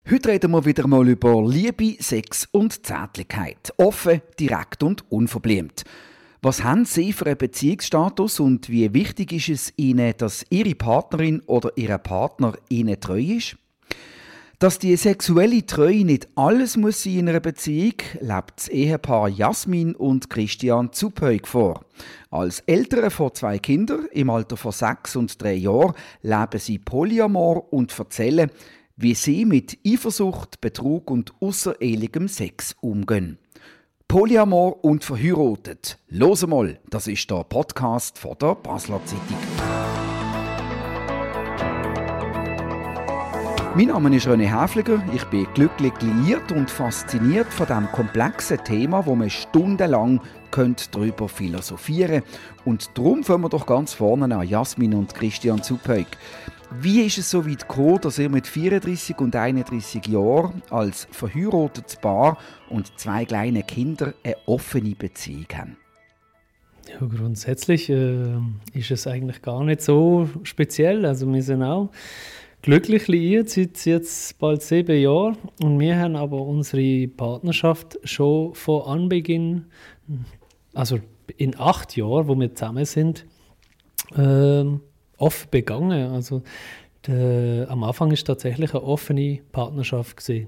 Heute reden wir wieder mal über Liebe, Sex und Zärtlichkeit. Offen, direkt und unverblümt. Was haben Sie für einen Beziehungsstatus und wie wichtig ist es Ihnen, dass Ihre Partnerin oder Ihr Partner Ihnen treu ist? Dass die sexuelle Treue nicht alles muss sein in einer Beziehung, lebt das Ehepaar Jasmin und Christian Zupeug vor. Als Eltern von 2 Kindern im Alter von 6 und 3 Jahren leben sie Polyamor und erzählen, wie sie mit Eifersucht, Betrug und außerehelichem Sex umgehen. Polyamor und verheiratet. Los mal, das ist der Podcast von der Basler Zeitung. Mein Name ist René Häfliger, ich bin glücklich liiert und fasziniert von diesem komplexen Thema, wo man stundenlang darüber philosophieren könnte. Und darum fangen wir doch ganz vorne an, Jasmin und Christian Zupeug. Wie ist es so weit gekommen, dass ihr mit 34 und 31 Jahren als verheiratetes Paar und 2 kleine Kinder eine offene Beziehung habt? Ja, grundsätzlich ist es eigentlich gar nicht so speziell. Also wir sind auch glücklich liiert seit jetzt bald 7 Jahren und wir haben aber unsere Partnerschaft schon von Anbeginn, also in 8 Jahren, wo wir zusammen sind, offen begangen. Also am Anfang ist tatsächlich eine offene Partnerschaft gewesen.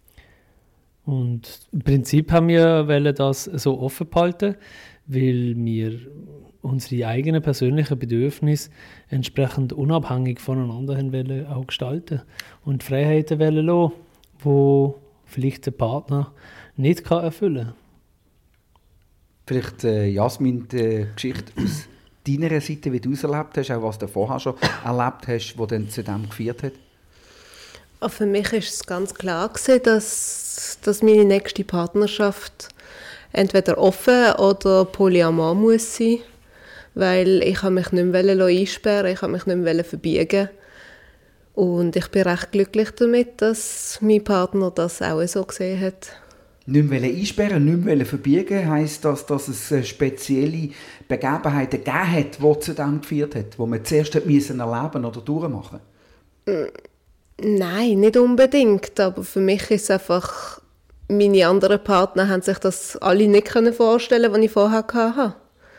Und im Prinzip haben wir das so offen behalten, weil wir unsere eigenen persönlichen Bedürfnisse entsprechend unabhängig voneinander wollen auch gestalten und Freiheiten wollen lassen, die vielleicht der Partner nicht erfüllen kann. Vielleicht, Jasmin, die Geschichte aus deiner Seite, wie du es erlebt hast, auch was du vorher schon erlebt hast, was dann zu dem geführt hat? Für mich war es ganz klar, dass meine nächste Partnerschaft entweder offen oder polyamor muss sein, weil ich mich nicht mehr einsperren, ich mich nicht mehr verbiegen. Und ich bin recht glücklich damit, dass mein Partner das auch so gesehen hat. Nicht mehr einsperren, nicht mehr verbiegen, heisst das, dass es spezielle Begebenheiten gegeben hat, die zu dem geführt hat, die man zuerst erleben oder durchmachen musste? Nein, nicht unbedingt, aber für mich ist es einfach, meine anderen Partner haben sich das alle nicht vorstellen können, was ich vorher hatte.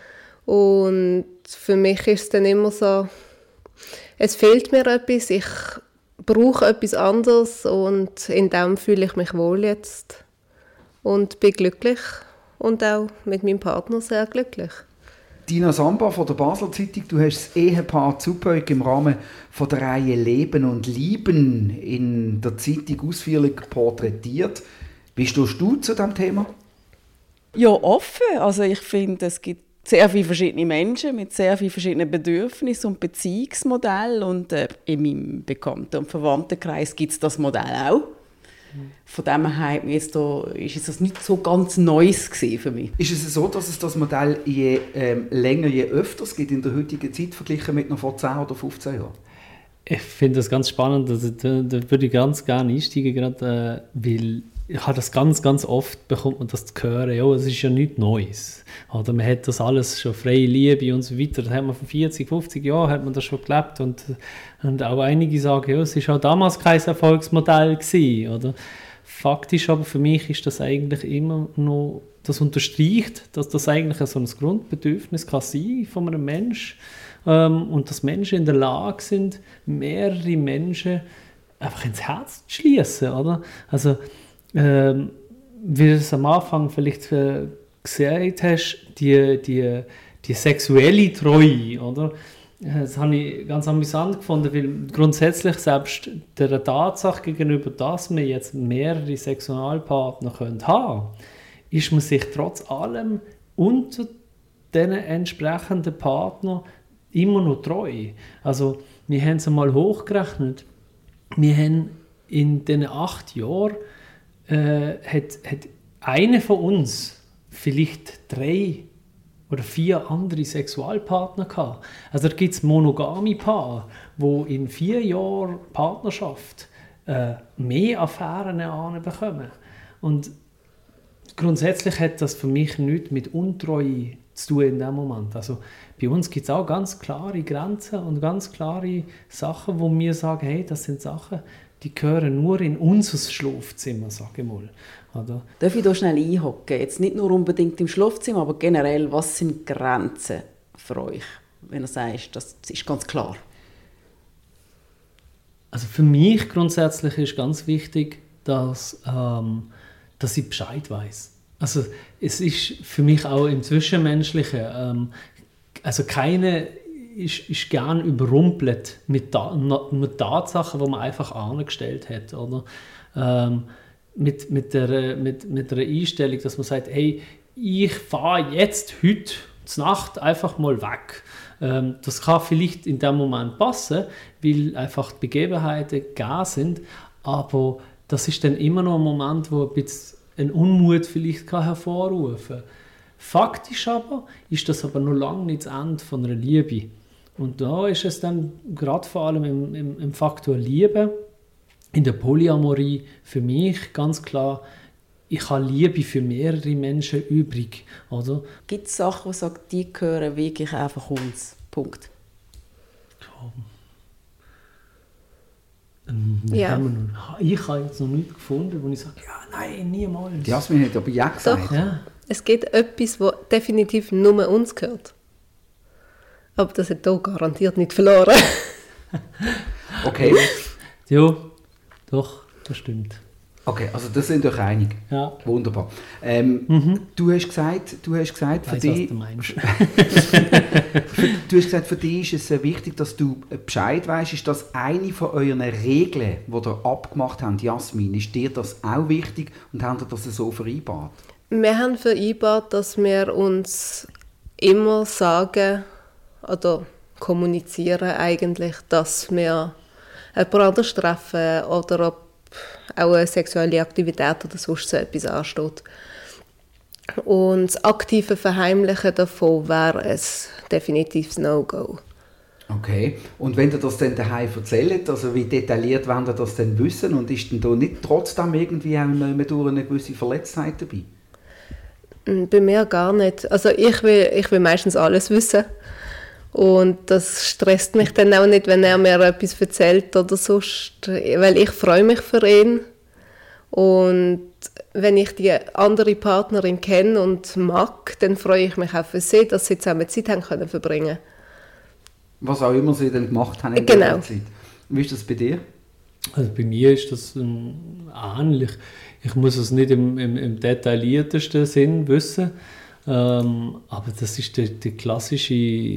Und für mich ist es dann immer so, es fehlt mir etwas, ich brauche etwas anderes und in dem fühle ich mich wohl jetzt. Und bin glücklich und auch mit meinem Partner sehr glücklich. Dina Samba von der Basler Zeitung, du hast das Ehepaar Zupeug im Rahmen von der Reihe Leben und Lieben in der Zeitung ausführlich porträtiert. Wie stehst du zu diesem Thema? Ja, offen. Also ich finde, es gibt sehr viele verschiedene Menschen mit sehr vielen verschiedenen Bedürfnissen und Beziehungsmodellen. Und in meinem Bekannten- und Verwandtenkreis gibt es das Modell auch. Von dem her ist es nicht so ganz Neues für mich. Ist es so, dass es das Modell je länger, je öfter gibt in der heutigen Zeit, verglichen mit noch vor 10 oder 15 Jahren? Ich finde das ganz spannend, also, da würde ich ganz gerne einsteigen, gerade, weil ich habe das ganz, ganz oft, bekommt man das zu hören, ja, es ist ja nichts Neues. Oder man hat das alles schon, freie Liebe und so weiter, das hat man vor 40, 50 Jahren hat man das schon gelebt und auch einige sagen, ja, es war auch damals kein Erfolgsmodell gewesen, oder? Faktisch aber für mich ist das eigentlich immer noch, das unterstreicht, dass das eigentlich so ein Grundbedürfnis kann sein von einem Menschen und dass Menschen in der Lage sind, mehrere Menschen einfach ins Herz zu schließen, oder? Also wie du es am Anfang vielleicht gesagt hast, die sexuelle Treue, oder? Das habe ich ganz amüsant gefunden, weil grundsätzlich selbst der Tatsache gegenüber, dass man jetzt mehrere Sexualpartner haben können, ist man sich trotz allem unter diesen entsprechenden Partnern immer noch treu. Also wir haben es einmal hochgerechnet, wir haben in diesen 8 Jahren hat einer von uns vielleicht 3 oder 4 andere Sexualpartner gehabt. Also da gibt es monogame Paare, die in 4 Jahren Partnerschaft mehr Affären bekommen. Und grundsätzlich hat das für mich nichts mit Untreue zu tun in dem Moment. Also bei uns gibt es auch ganz klare Grenzen und ganz klare Sachen, wo wir sagen, hey, das sind Sachen, die gehören nur in unser Schlafzimmer, sage ich mal. Oder? Darf ich da schnell einhaken? Jetzt nicht nur unbedingt im Schlafzimmer, aber generell, was sind Grenzen für euch? Wenn du sagst, das ist ganz klar. Also für mich grundsätzlich ist ganz wichtig, dass ich Bescheid weiß. Also es ist für mich auch im Zwischenmenschlichen, also keine ist gern überrumpelt mit Tatsachen, die man einfach angestellt hat, oder? Mit der Einstellung, dass man sagt, hey, ich fahre jetzt heute zur Nacht einfach mal weg. Das kann vielleicht in dem Moment passen, weil einfach die Begebenheiten gegeben sind, aber das ist dann immer noch ein Moment, wo ein bisschen ein Unmut vielleicht hervorrufen kann. Faktisch aber ist das aber noch lange nicht das Ende von einer Liebe. Und da ist es dann gerade vor allem im Faktor Liebe, in der Polyamorie für mich ganz klar, ich habe Liebe für mehrere Menschen übrig. Oder? Gibt es Sachen, die sagen, die gehören wirklich einfach uns? Punkt. Ja. Ich habe jetzt noch nichts gefunden, wo ich sage, ja, nein, niemals. Jasmin hat aber ja gesagt. Doch. Ja. Es gibt etwas, das definitiv nur uns gehört. Aber das hat hier garantiert nicht verloren. Okay. Ja, doch, das stimmt. Okay, also das sind euch einig. Ja. Wunderbar. Du hast gesagt, für Weiss, was dich, du meinst. du hast gesagt, für dich ist es wichtig, dass du Bescheid weißt. Ist das eine von euren Regeln, die ihr abgemacht habt, Jasmin? Ist dir das auch wichtig und habt ihr das so vereinbart? Wir haben vereinbart, dass wir uns immer sagen oder kommunizieren eigentlich, dass wir jemand anders treffen oder ob auch eine sexuelle Aktivität oder sonst so etwas ansteht. Und das aktive Verheimlichen davon wäre ein definitives No-Go. Okay. Und wenn ihr das dann daheim erzählt, also wie detailliert wollt ihr das dann wissen und ist denn da nicht trotzdem irgendwie auch durch eine gewisse Verletztheit dabei? Bei mir gar nicht. Also ich will meistens alles wissen. Und das stresst mich dann auch nicht, wenn er mir etwas erzählt oder sonst, weil ich freue mich für ihn. Und wenn ich die andere Partnerin kenne und mag, dann freue ich mich auch für sie, dass sie zusammen Zeit haben können verbringen. Was auch immer sie dann gemacht haben in Genau. der Zeit. Wie ist das bei dir? Also bei mir ist das ähnlich. Ich muss es nicht im detailliertesten Sinn wissen. Aber das ist der klassische,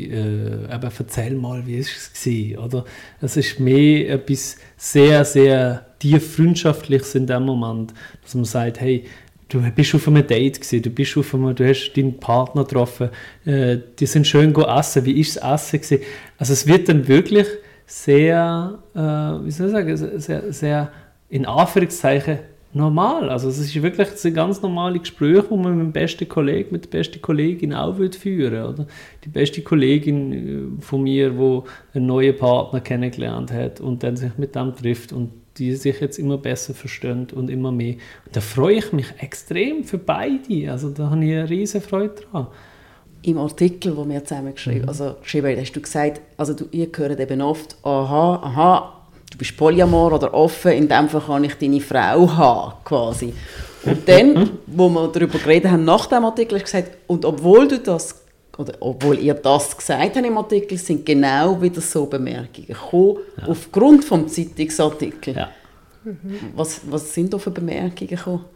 erzähl mal, wie ist es gewesen, oder? Es ist mehr etwas sehr, sehr tief Freundschaftliches in dem Moment, dass man sagt, hey, du bist auf einem Date gewesen, du hast deinen Partner getroffen, die sind schön essen, wie ist das Essen gewesen? Also es wird dann wirklich sehr, wie soll ich sagen, sehr, sehr in Anführungszeichen normal. Also es ist wirklich ein ganz normale Gespräch, die man mit dem besten Kollegen, mit der besten Kollegin auch führen würde. Oder? Die beste Kollegin von mir, die einen neuen Partner kennengelernt hat und dann sich mit dem trifft und die sich jetzt immer besser verstehen und immer mehr. Und da freue ich mich extrem für beide. Also da habe ich eine riesige Freude dran. Im Artikel, den wir zusammen geschrieben haben, hast du gesagt, also ihr hört eben oft, aha, du bist Polyamor oder offen, in dem Fall kann ich deine Frau haben, quasi. Und dann, wo wir darüber geredet haben, nach dem Artikel, hast du gesagt, und obwohl ihr das gesagt habt im Artikel, sind genau wieder so Bemerkungen gekommen, aufgrund des Zeitungsartikels. Ja. Was sind da für Bemerkungen gekommen?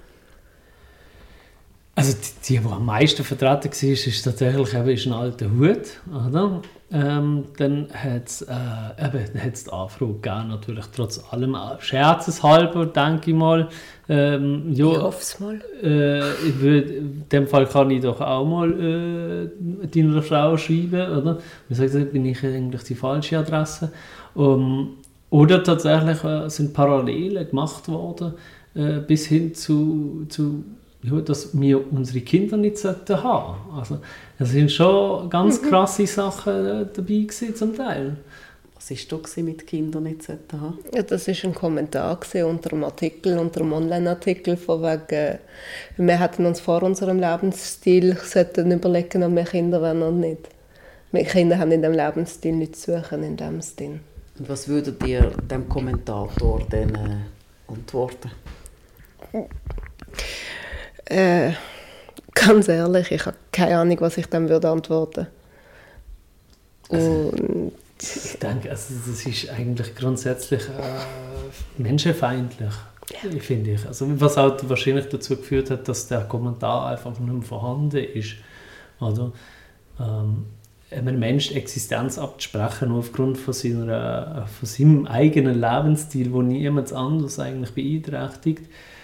Also die am meisten vertreten war, ist tatsächlich ist ein alter Hut, oder? Dann hat es die Anfrage gegeben, natürlich trotz allem scherzeshalber, denke ich mal. Ich hoffe es mal. In dem Fall kann ich doch auch mal deiner Frau schreiben, oder? Man sagt, bin ich eigentlich die falsche Adresse. Oder tatsächlich sind Parallelen gemacht worden, bis hin zu dass wir unsere Kinder nicht haben sollten. Also, es sind schon ganz krasse Sachen dabei gewesen, zum Teil. Was war da mit Kindern nicht haben? Ja, das war ein Kommentar unter dem Artikel, unter dem Online-Artikel, von wegen, wir hätten uns vor unserem Lebensstil sollten überlegen, ob wir Kinder wollen oder nicht. Wir Kinder haben in diesem Lebensstil nichts zu suchen, in dem Sinn. Und was würdet ihr dem Kommentator dann antworten? Ganz ehrlich, ich habe keine Ahnung, was ich dem würde antworten. Und ich denke, also das ist eigentlich grundsätzlich menschenfeindlich, finde ich. Also, was auch wahrscheinlich dazu geführt hat, dass der Kommentar einfach nicht mehr vorhanden ist. Oder? Einem Menschen Existenz abzusprechen, nur aufgrund von seinem eigenen Lebensstil, wo niemand anderes eigentlich beeinträchtigt,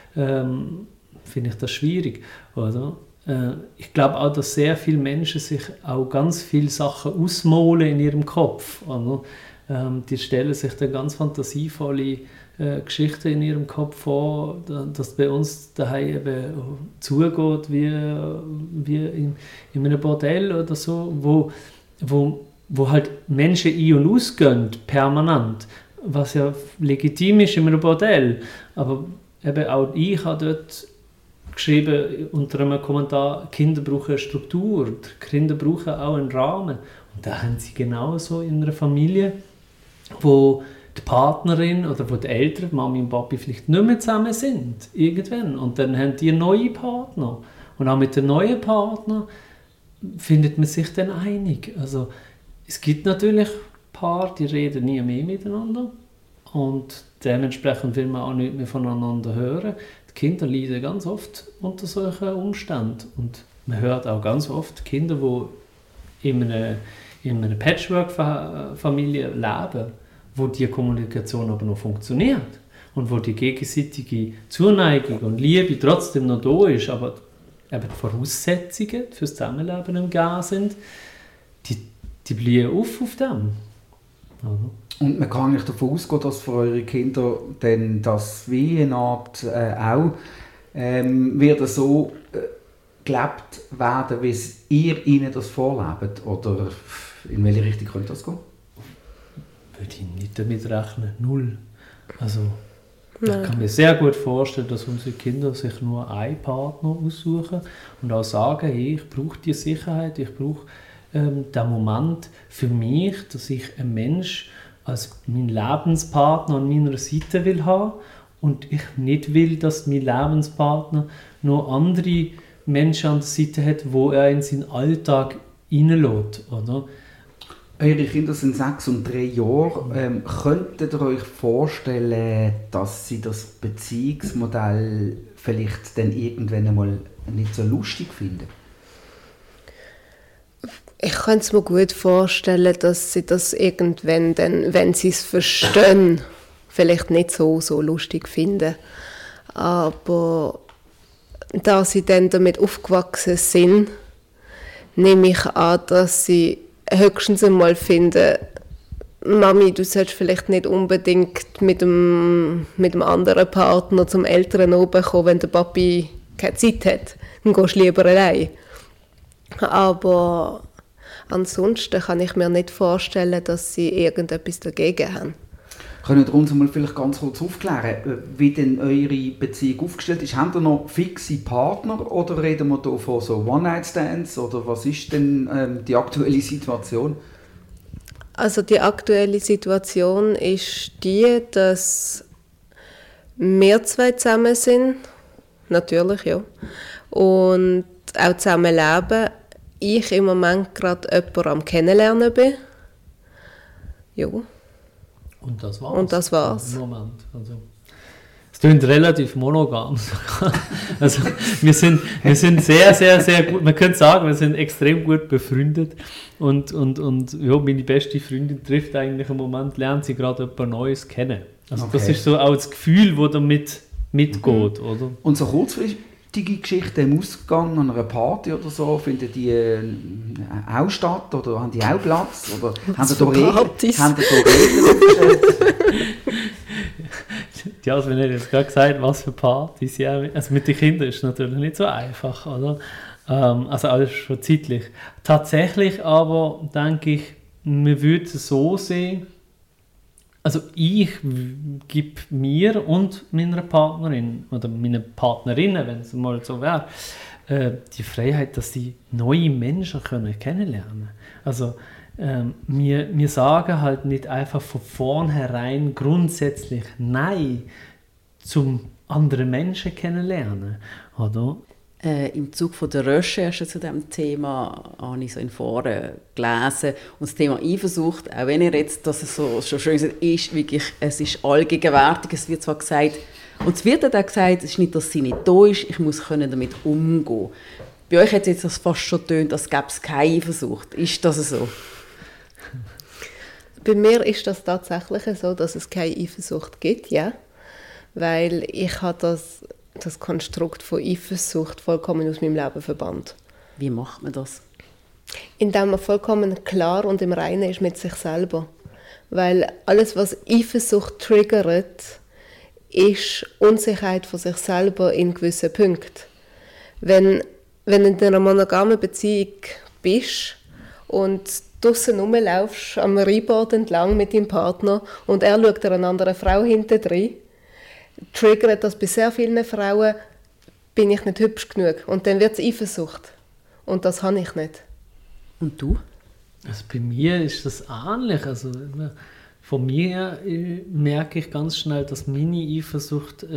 finde ich das schwierig. Oder? Ich glaube auch, dass sehr viele Menschen sich auch ganz viele Sachen ausmalen in ihrem Kopf. Oder? Die stellen sich dann ganz fantasievolle Geschichten in ihrem Kopf vor, dass bei uns daheim eben zugeht wie in einem Bordell oder so, wo halt Menschen ein- und ausgehen, permanent, was ja legitim ist in einem Bordell. Aber eben auch ich habe dort geschrieben unter einem Kommentar, Kinder brauchen eine Struktur, Kinder brauchen auch einen Rahmen. Und da haben sie genauso in einer Familie, wo die Partnerin oder wo die Eltern, Mami und Papi, vielleicht nicht mehr zusammen sind, irgendwann. Und dann haben die neue Partner. Und auch mit den neuen Partnern findet man sich dann einig. Also es gibt natürlich Paare, die reden nie mehr miteinander. Und dementsprechend will man auch nicht mehr voneinander hören. Die Kinder leiden ganz oft unter solchen Umständen. Und man hört auch ganz oft Kinder, die in einer Patchwork-Familie leben, wo die Kommunikation aber noch funktioniert und wo die gegenseitige Zuneigung und Liebe trotzdem noch da ist, aber eben die Voraussetzungen fürs Zusammenleben im Gehen sind, die blühen auf dem. Also. Und man kann nicht davon ausgehen, dass für eure Kinder dann das wie eine Art auch wird so gelebt werden, wie ihr ihnen das vorlebt? Oder in welche Richtung könnte das gehen? Würde ich nicht damit rechnen. Null. Also, ich kann mir sehr gut vorstellen, dass unsere Kinder sich nur einen Partner aussuchen und auch sagen, hey, ich brauche die Sicherheit, ich brauche den Moment für mich, dass ich einen Mensch als meinen Lebenspartner an meiner Seite will haben und ich nicht will, dass mein Lebenspartner noch andere Menschen an der Seite hat, wo er in seinen Alltag hineinlässt, oder? Eure Kinder sind 6 und 3 Jahre. Könntet ihr euch vorstellen, dass sie das Beziehungsmodell vielleicht dann irgendwann einmal nicht so lustig finden? ich könnte es mir gut vorstellen, dass sie das irgendwann dann, wenn sie es verstehen, vielleicht nicht so lustig finden. Aber da sie dann damit aufgewachsen sind, nehme ich an, dass sie höchstens einmal finden, Mami, du solltest vielleicht nicht unbedingt mit dem anderen Partner zum Eltern oben kommen, wenn der Papi keine Zeit hat. Dann gehst du lieber allein. Aber ansonsten kann ich mir nicht vorstellen, dass sie irgendetwas dagegen haben. Könnt ihr uns mal vielleicht ganz kurz aufklären, wie denn eure Beziehung aufgestellt ist? Habt ihr noch fixe Partner oder reden wir hier von so One-Night-Stands? Oder was ist denn die aktuelle Situation? Also die aktuelle Situation ist die, dass wir zwei zusammen sind, natürlich, ja, und auch zusammen leben. Ich im Moment gerade jemanden am Kennenlernen bin. Ja. Und das war's. Und das war's. Im Moment. Also, es klingt relativ monogam. Also, wir sind sehr, sehr, sehr gut, man könnte sagen, wir sind extrem gut befreundet. Und ja, meine beste Freundin trifft eigentlich im Moment, lernt sie gerade jemand Neues kennen. Also okay. Das ist so auch das Gefühl, das damit mitgeht. Oder? Und so kurzfristige Geschichten im Ausgang an einer Party oder so, finden die auch statt oder haben die auch Platz? Oder haben die da Regeln? Ja, also wenn ich jetzt gerade gesagt was für Partys, ja, also mit den Kindern ist es natürlich nicht so einfach, oder? Also alles schon zeitlich. Tatsächlich aber denke ich, wir würden es so sehen, also ich gebe mir und meiner Partnerin oder meinen Partnerinnen, wenn es mal so wäre, die Freiheit, dass sie neue Menschen kennenlernen können. Also Wir sagen halt nicht einfach von vornherein grundsätzlich Nein zum anderen Menschen kennenlernen, oder? Im Zuge der Recherche zu diesem Thema habe ich so in Foren gelesen. Und das Thema Eifersucht, auch wenn ihr jetzt, dass es so schon schön ist, wirklich, es ist allgegenwärtig, es wird zwar gesagt, und es wird auch gesagt, es ist nicht, dass sie nicht da ist, ich muss damit umgehen. Bei euch hat es jetzt fast schon getönt, als gäbe es keine Eifersucht. Ist das so? Bei mir ist das tatsächlich so, dass es keine Eifersucht gibt, ja. Weil ich habe das Konstrukt von Eifersucht vollkommen aus meinem Leben verbannt. Wie macht man das? Indem man vollkommen klar und im Reinen ist mit sich selber. Weil alles, was Eifersucht triggert, ist Unsicherheit von sich selber in gewissen Punkten. Wenn du in einer monogamen Beziehung bist und draussen rumlaufst, am Rheinbad entlang mit deinem Partner und er schaut einer anderen Frau hinterher, triggert das bei sehr vielen Frauen, bin ich nicht hübsch genug. Und dann wird es Eifersucht. Und das habe ich nicht. Und du? Also bei mir ist das ähnlich. Also von mir merke ich ganz schnell, dass meine Eifersucht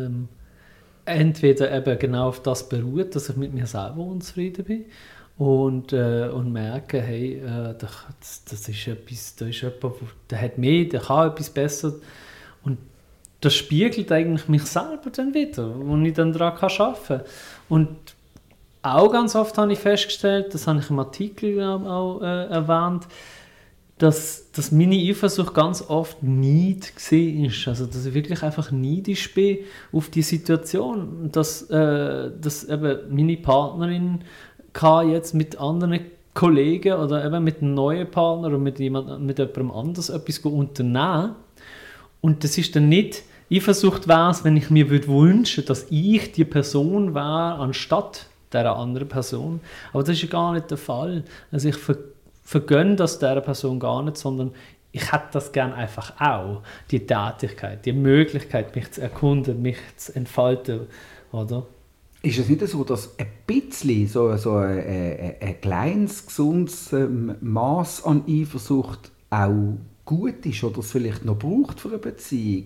entweder eben genau auf das beruht, dass ich mit mir selber unzufrieden bin und merke, hey, das ist etwas, da ist jemand, der hat mehr, der kann etwas besser. Und das spiegelt eigentlich mich selber dann wieder, wo ich dann daran arbeiten kann. Und auch ganz oft habe ich festgestellt, das habe ich im Artikel auch erwähnt, dass meine Eifersucht ganz oft Neid war. Also, dass ich wirklich einfach neidisch bin auf die Situation. Dass eben meine Partnerin kann jetzt mit anderen Kollegen oder eben mit einem neuen Partner oder mit jemandem anderes etwas unternehmen. Und das ist dann nicht Eifersucht wäre es, wenn ich mir wünschen würde, dass ich die Person wäre, anstatt dieser anderen Person. Aber das ist ja gar nicht der Fall. Also ich vergönne das dieser Person gar nicht, sondern ich hätte das gerne einfach auch. Die Tätigkeit, die Möglichkeit, mich zu erkunden, mich zu entfalten. Oder? Ist es nicht so, dass ein bisschen so ein kleines, gesundes Maß an Eifersucht auch gut ist oder es vielleicht noch braucht für eine Beziehung?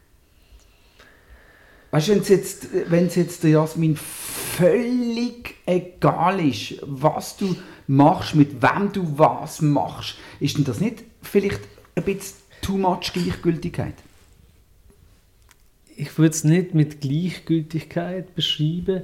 Weißt du, wenn es jetzt der Jasmin völlig egal ist, was du machst, mit wem du was machst, ist denn das nicht vielleicht ein bisschen too much Gleichgültigkeit? Ich würde es nicht mit Gleichgültigkeit beschreiben,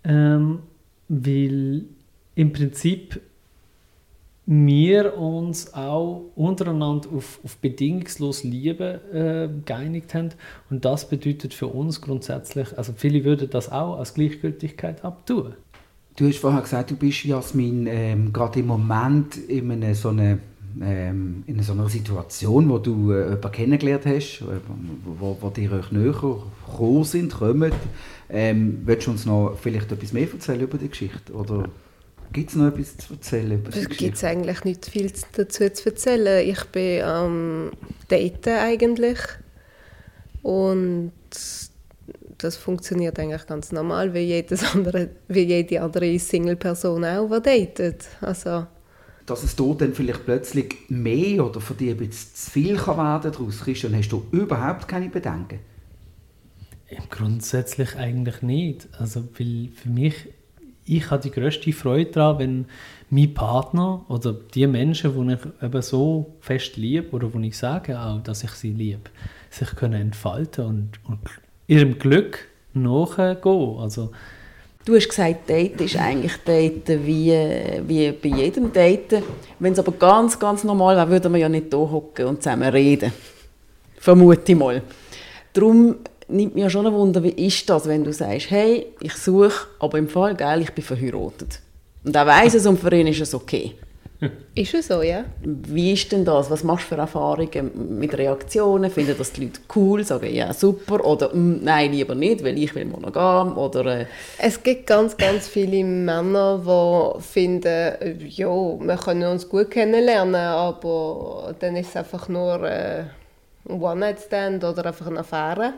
weil im Prinzip wir uns auch untereinander auf bedingungslos Liebe geeinigt haben. Und das bedeutet für uns grundsätzlich, also viele würden das auch als Gleichgültigkeit abtun. Du hast vorher gesagt, du bist, Jasmin, gerade im Moment in so einer Situation, wo du jemanden kennengelernt hast, wo dir euch näher kommen. Willst du uns noch vielleicht etwas mehr erzählen über die Geschichte? Oder gibt es noch etwas zu erzählen über die Geschichte? Es gibt eigentlich nicht viel dazu zu erzählen. Ich bin am Daten eigentlich. Und das funktioniert eigentlich ganz normal, wie jede andere Single-Person auch, die datet. Also, dass es dort dann vielleicht plötzlich mehr oder für dich ein bisschen zu viel kann werden daraus, Christian, hast du überhaupt keine Bedenken? Grundsätzlich eigentlich nicht. Also, weil für mich, ich habe die grösste Freude daran, wenn mein Partner oder die Menschen, die ich eben so fest liebe oder wo ich sage auch, dass ich sie liebe, sich können entfalten und ihrem Glück nachgehen. Also, du hast gesagt, Daten ist eigentlich Daten wie bei jedem Daten. Wenn es aber ganz, ganz normal wäre, würden wir ja nicht hier hocken und zusammen reden. Vermute ich mal. Darum nimmt mich ja schon ein Wunder, wie ist das, wenn du sagst, hey, ich suche, aber im Fall, gell, ich bin verheiratet. Und er weiss es und für ihn ist es okay. ist es so, ja? Wie ist denn das? Was machst du für Erfahrungen mit Reaktionen? Finden das die Leute cool? Sagen, ja, super? Oder nein, lieber nicht, weil ich will monogam? Oder, Es gibt ganz, ganz viele Männer, die finden, ja, wir können uns gut kennenlernen, aber dann ist es einfach nur ein One-Night-Stand oder einfach eine Affäre.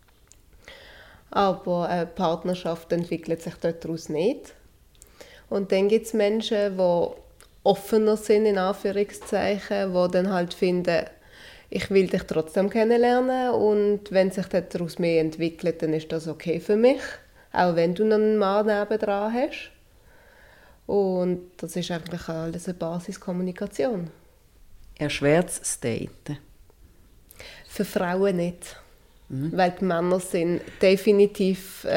Aber eine Partnerschaft entwickelt sich daraus nicht. Und dann gibt es Menschen, die offener sind, in Anführungszeichen, die dann halt finden, ich will dich trotzdem kennenlernen und wenn sich daraus mehr entwickelt, dann ist das okay für mich, auch wenn du noch einen Mann nebendran hast. Und das ist eigentlich alles eine Basiskommunikation. Erschwert das Daten? Für Frauen nicht. Weil die Männer sind definitiv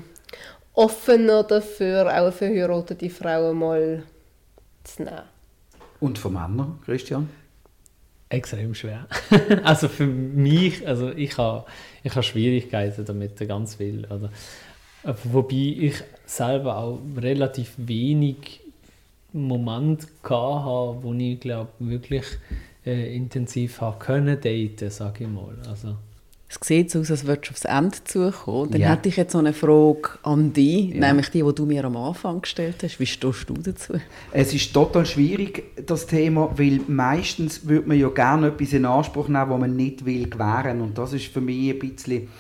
offener dafür, auch eine verheiratete Frau mal zu nehmen. Und für Männer, Christian? Extrem schwer. Also für mich, also ich habe Schwierigkeiten damit, ganz viel. Oder? Wobei ich selber auch relativ wenig Momente hatte, wo ich glaube wirklich intensiv daten konnte, sage ich mal. Also, es sieht so aus, als würdest du aufs Ende zukommen. Dann Ja. hätte ich jetzt so eine Frage an dich, Ja. nämlich die du mir am Anfang gestellt hast. Wie stehst du dazu? Es ist total schwierig, das Thema, weil meistens würde man ja gerne etwas in Anspruch nehmen, was man nicht will gewähren. Und das ist für mich ein bisschen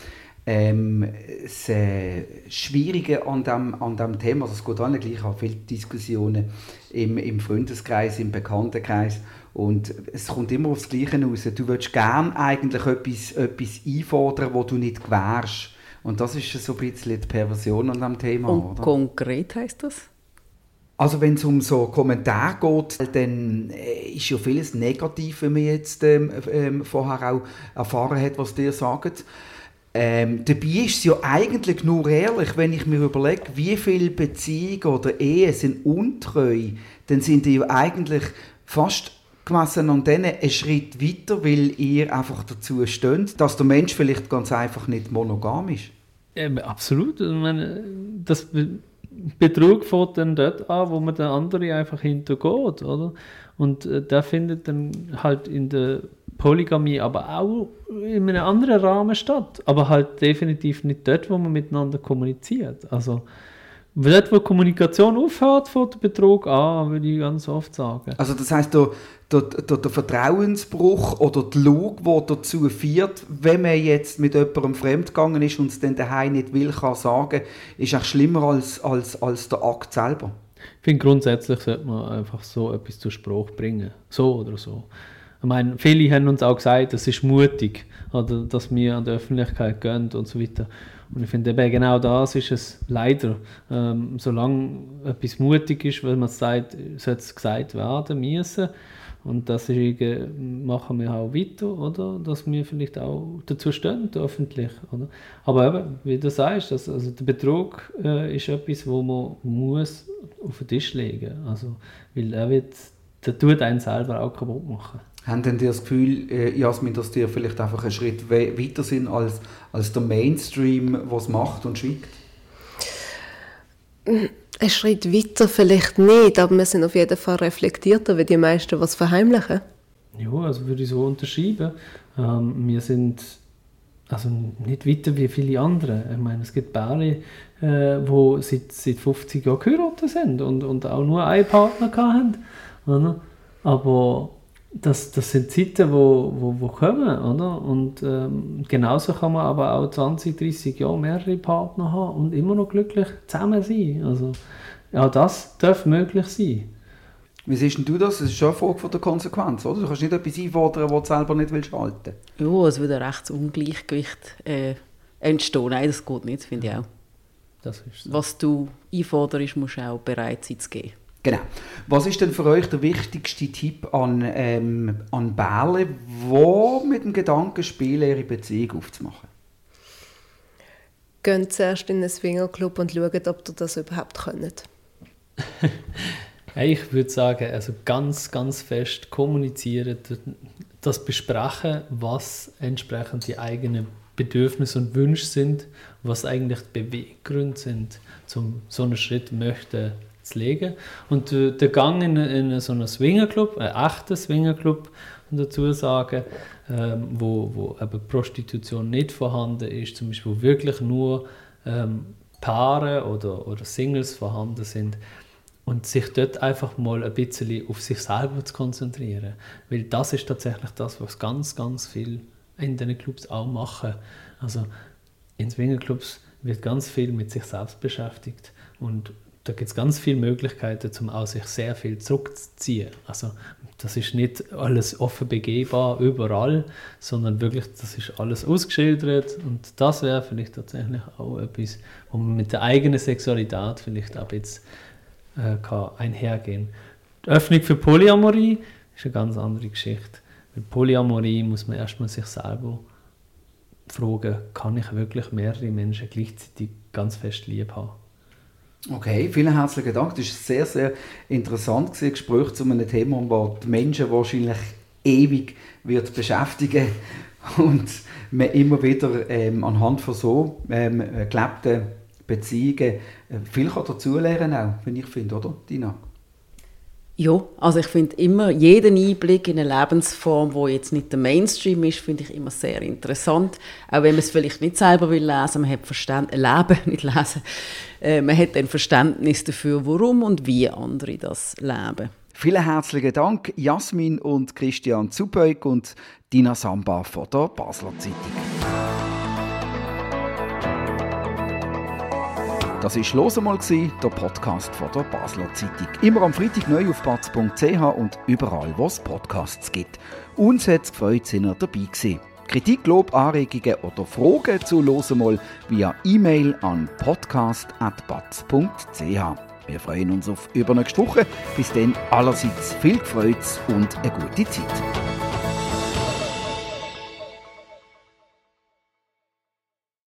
das Schwierige an dem Thema. Also es geht allen gleich, ich habe viele Diskussionen im Freundeskreis, im Bekanntenkreis. Und es kommt immer aufs Gleiche raus. Du willst gerne eigentlich etwas einfordern, das du nicht gewährst. Und das ist so ein bisschen die Perversion an diesem Thema. Und oder? konkret heisst das? Also wenn es um so Kommentare geht, dann ist ja vieles negativ, wenn man jetzt vorher auch erfahren hat, was dir sagen. Dabei ist es ja eigentlich nur ehrlich, wenn ich mir überlege, wie viele Beziehungen oder Ehen sind untreu, dann sind die ja eigentlich fast gemessen an denen einen Schritt weiter, weil ihr einfach dazu steht, dass der Mensch vielleicht ganz einfach nicht monogam ist. absolut. Ich meine, das Betrug fängt dann dort an, wo man den anderen einfach hintergeht, oder? Und der findet dann halt in der Polygamie aber auch in einem anderen Rahmen statt. Aber halt definitiv nicht dort, wo man miteinander kommuniziert. Also dort, wo Kommunikation aufhört, fängt der Betrug an, würde ich ganz oft sagen. Also das heisst, der Vertrauensbruch oder die Lüge, die dazu führt, wenn man jetzt mit jemandem fremdgegangen ist und es dann daheim nicht will, kann sagen, ist auch schlimmer als der Akt selber. Ich finde, grundsätzlich sollte man einfach so etwas zur Sprache bringen. So oder so. Ich meine, viele haben uns auch gesagt, es ist mutig, oder, dass wir an die Öffentlichkeit gehen und so weiter. Und ich finde eben genau das ist es leider. Solange etwas mutig ist, weil man sagt, sollte es gesagt werden müssen. Und das ist, machen wir auch weiter, oder? Dass wir vielleicht auch dazu stehen, öffentlich. Oder? Aber eben, wie du sagst, also der Betrug ist etwas, wo man muss auf den Tisch legen muss. Also, weil der tut einen selber auch kaputt machen. Haben denn das Gefühl, Jasmin, dass die vielleicht einfach einen Schritt weiter sind als der Mainstream, was macht und schweigt? Ein Schritt weiter vielleicht nicht, aber wir sind auf jeden Fall reflektierter, wie die meisten was verheimlichen. Ja, also würde ich so unterschreiben. Wir sind also nicht weiter wie viele andere. Ich meine, es gibt Paare, die seit 50 Jahren geheiratet sind und auch nur einen Partner hatten. Oder? Aber das sind Zeiten, die kommen, oder? Und genauso kann man aber auch 20, 30 Jahre mehrere Partner haben und immer noch glücklich zusammen sein. Also, ja, das darf möglich sein. Wie siehst denn du das? Das ist schon eine Frage von der Konsequenz, oder? Du kannst nicht etwas einfordern, was du selber nicht willst halten. Ja, es würde ein Rechtsungleichgewicht entstehen. Nein, das geht nicht, finde ich auch. Das ist so. Was du einforderst, musst du auch bereit sein zu geben. Genau. Was ist denn für euch der wichtigste Tipp an Bärle, die mit dem Gedanken spielen, ihre Beziehung aufzumachen? Geht zuerst in einen Swingerclub und schaut, ob ihr das überhaupt könnt. Ich würde sagen, also ganz, ganz fest kommunizieren, das besprechen, was entsprechend die eigenen Bedürfnisse und Wünsche sind, was eigentlich die Beweggründe sind, um so einen Schritt möchten zu legen. Und der Gang in so einen Swingerclub, einen echten Swingerclub, dazu sagen, wo eben Prostitution nicht vorhanden ist, zum Beispiel wo wirklich nur Paare oder Singles vorhanden sind, und sich dort einfach mal ein bisschen auf sich selber zu konzentrieren. Weil das ist tatsächlich das, was ganz, ganz viel in diesen Clubs auch machen. Also in Swingerclubs wird ganz viel mit sich selbst beschäftigt. Und da gibt es ganz viele Möglichkeiten, um auch sich sehr viel zurückzuziehen. Also das ist nicht alles offen begehbar überall, sondern wirklich, das ist alles ausgeschildert und das wäre vielleicht tatsächlich auch etwas, wo man mit der eigenen Sexualität vielleicht auch jetzt kann einhergehen. Die Öffnung für Polyamorie ist eine ganz andere Geschichte. Mit Polyamorie muss man erstmal sich selber fragen, kann ich wirklich mehrere Menschen gleichzeitig ganz fest lieb haben? Okay, vielen herzlichen Dank. Das war sehr, sehr interessant, ein Gespräch zu einem Thema, das die Menschen wahrscheinlich ewig wird beschäftigen und man immer wieder anhand von so gelebten Beziehungen viel dazulernen kann, auch, wenn ich finde, oder, Dina? Ja, also ich finde immer, jeden Einblick in eine Lebensform, die jetzt nicht der Mainstream ist, finde ich immer sehr interessant. Auch wenn man es vielleicht nicht selber will lesen, man hat nicht lesen. Man hat ein Verständnis dafür, warum und wie andere das leben. Vielen herzlichen Dank, Jasmin und Christian Zubeug und Dina Samba von der Basler Zeitung. Das war «Los einmal», der Podcast von der Basler Zeitung. Immer am Freitag neu auf batz.ch und überall, wo es Podcasts gibt. Uns hat es gefreut, sind ihr dabei gewesen. Kritik, Lob, Anregungen oder Fragen zu «Los einmal» via E-Mail an podcast@batz.ch. Wir freuen uns auf übernächste Woche. Bis dann allerseits viel Freude und eine gute Zeit.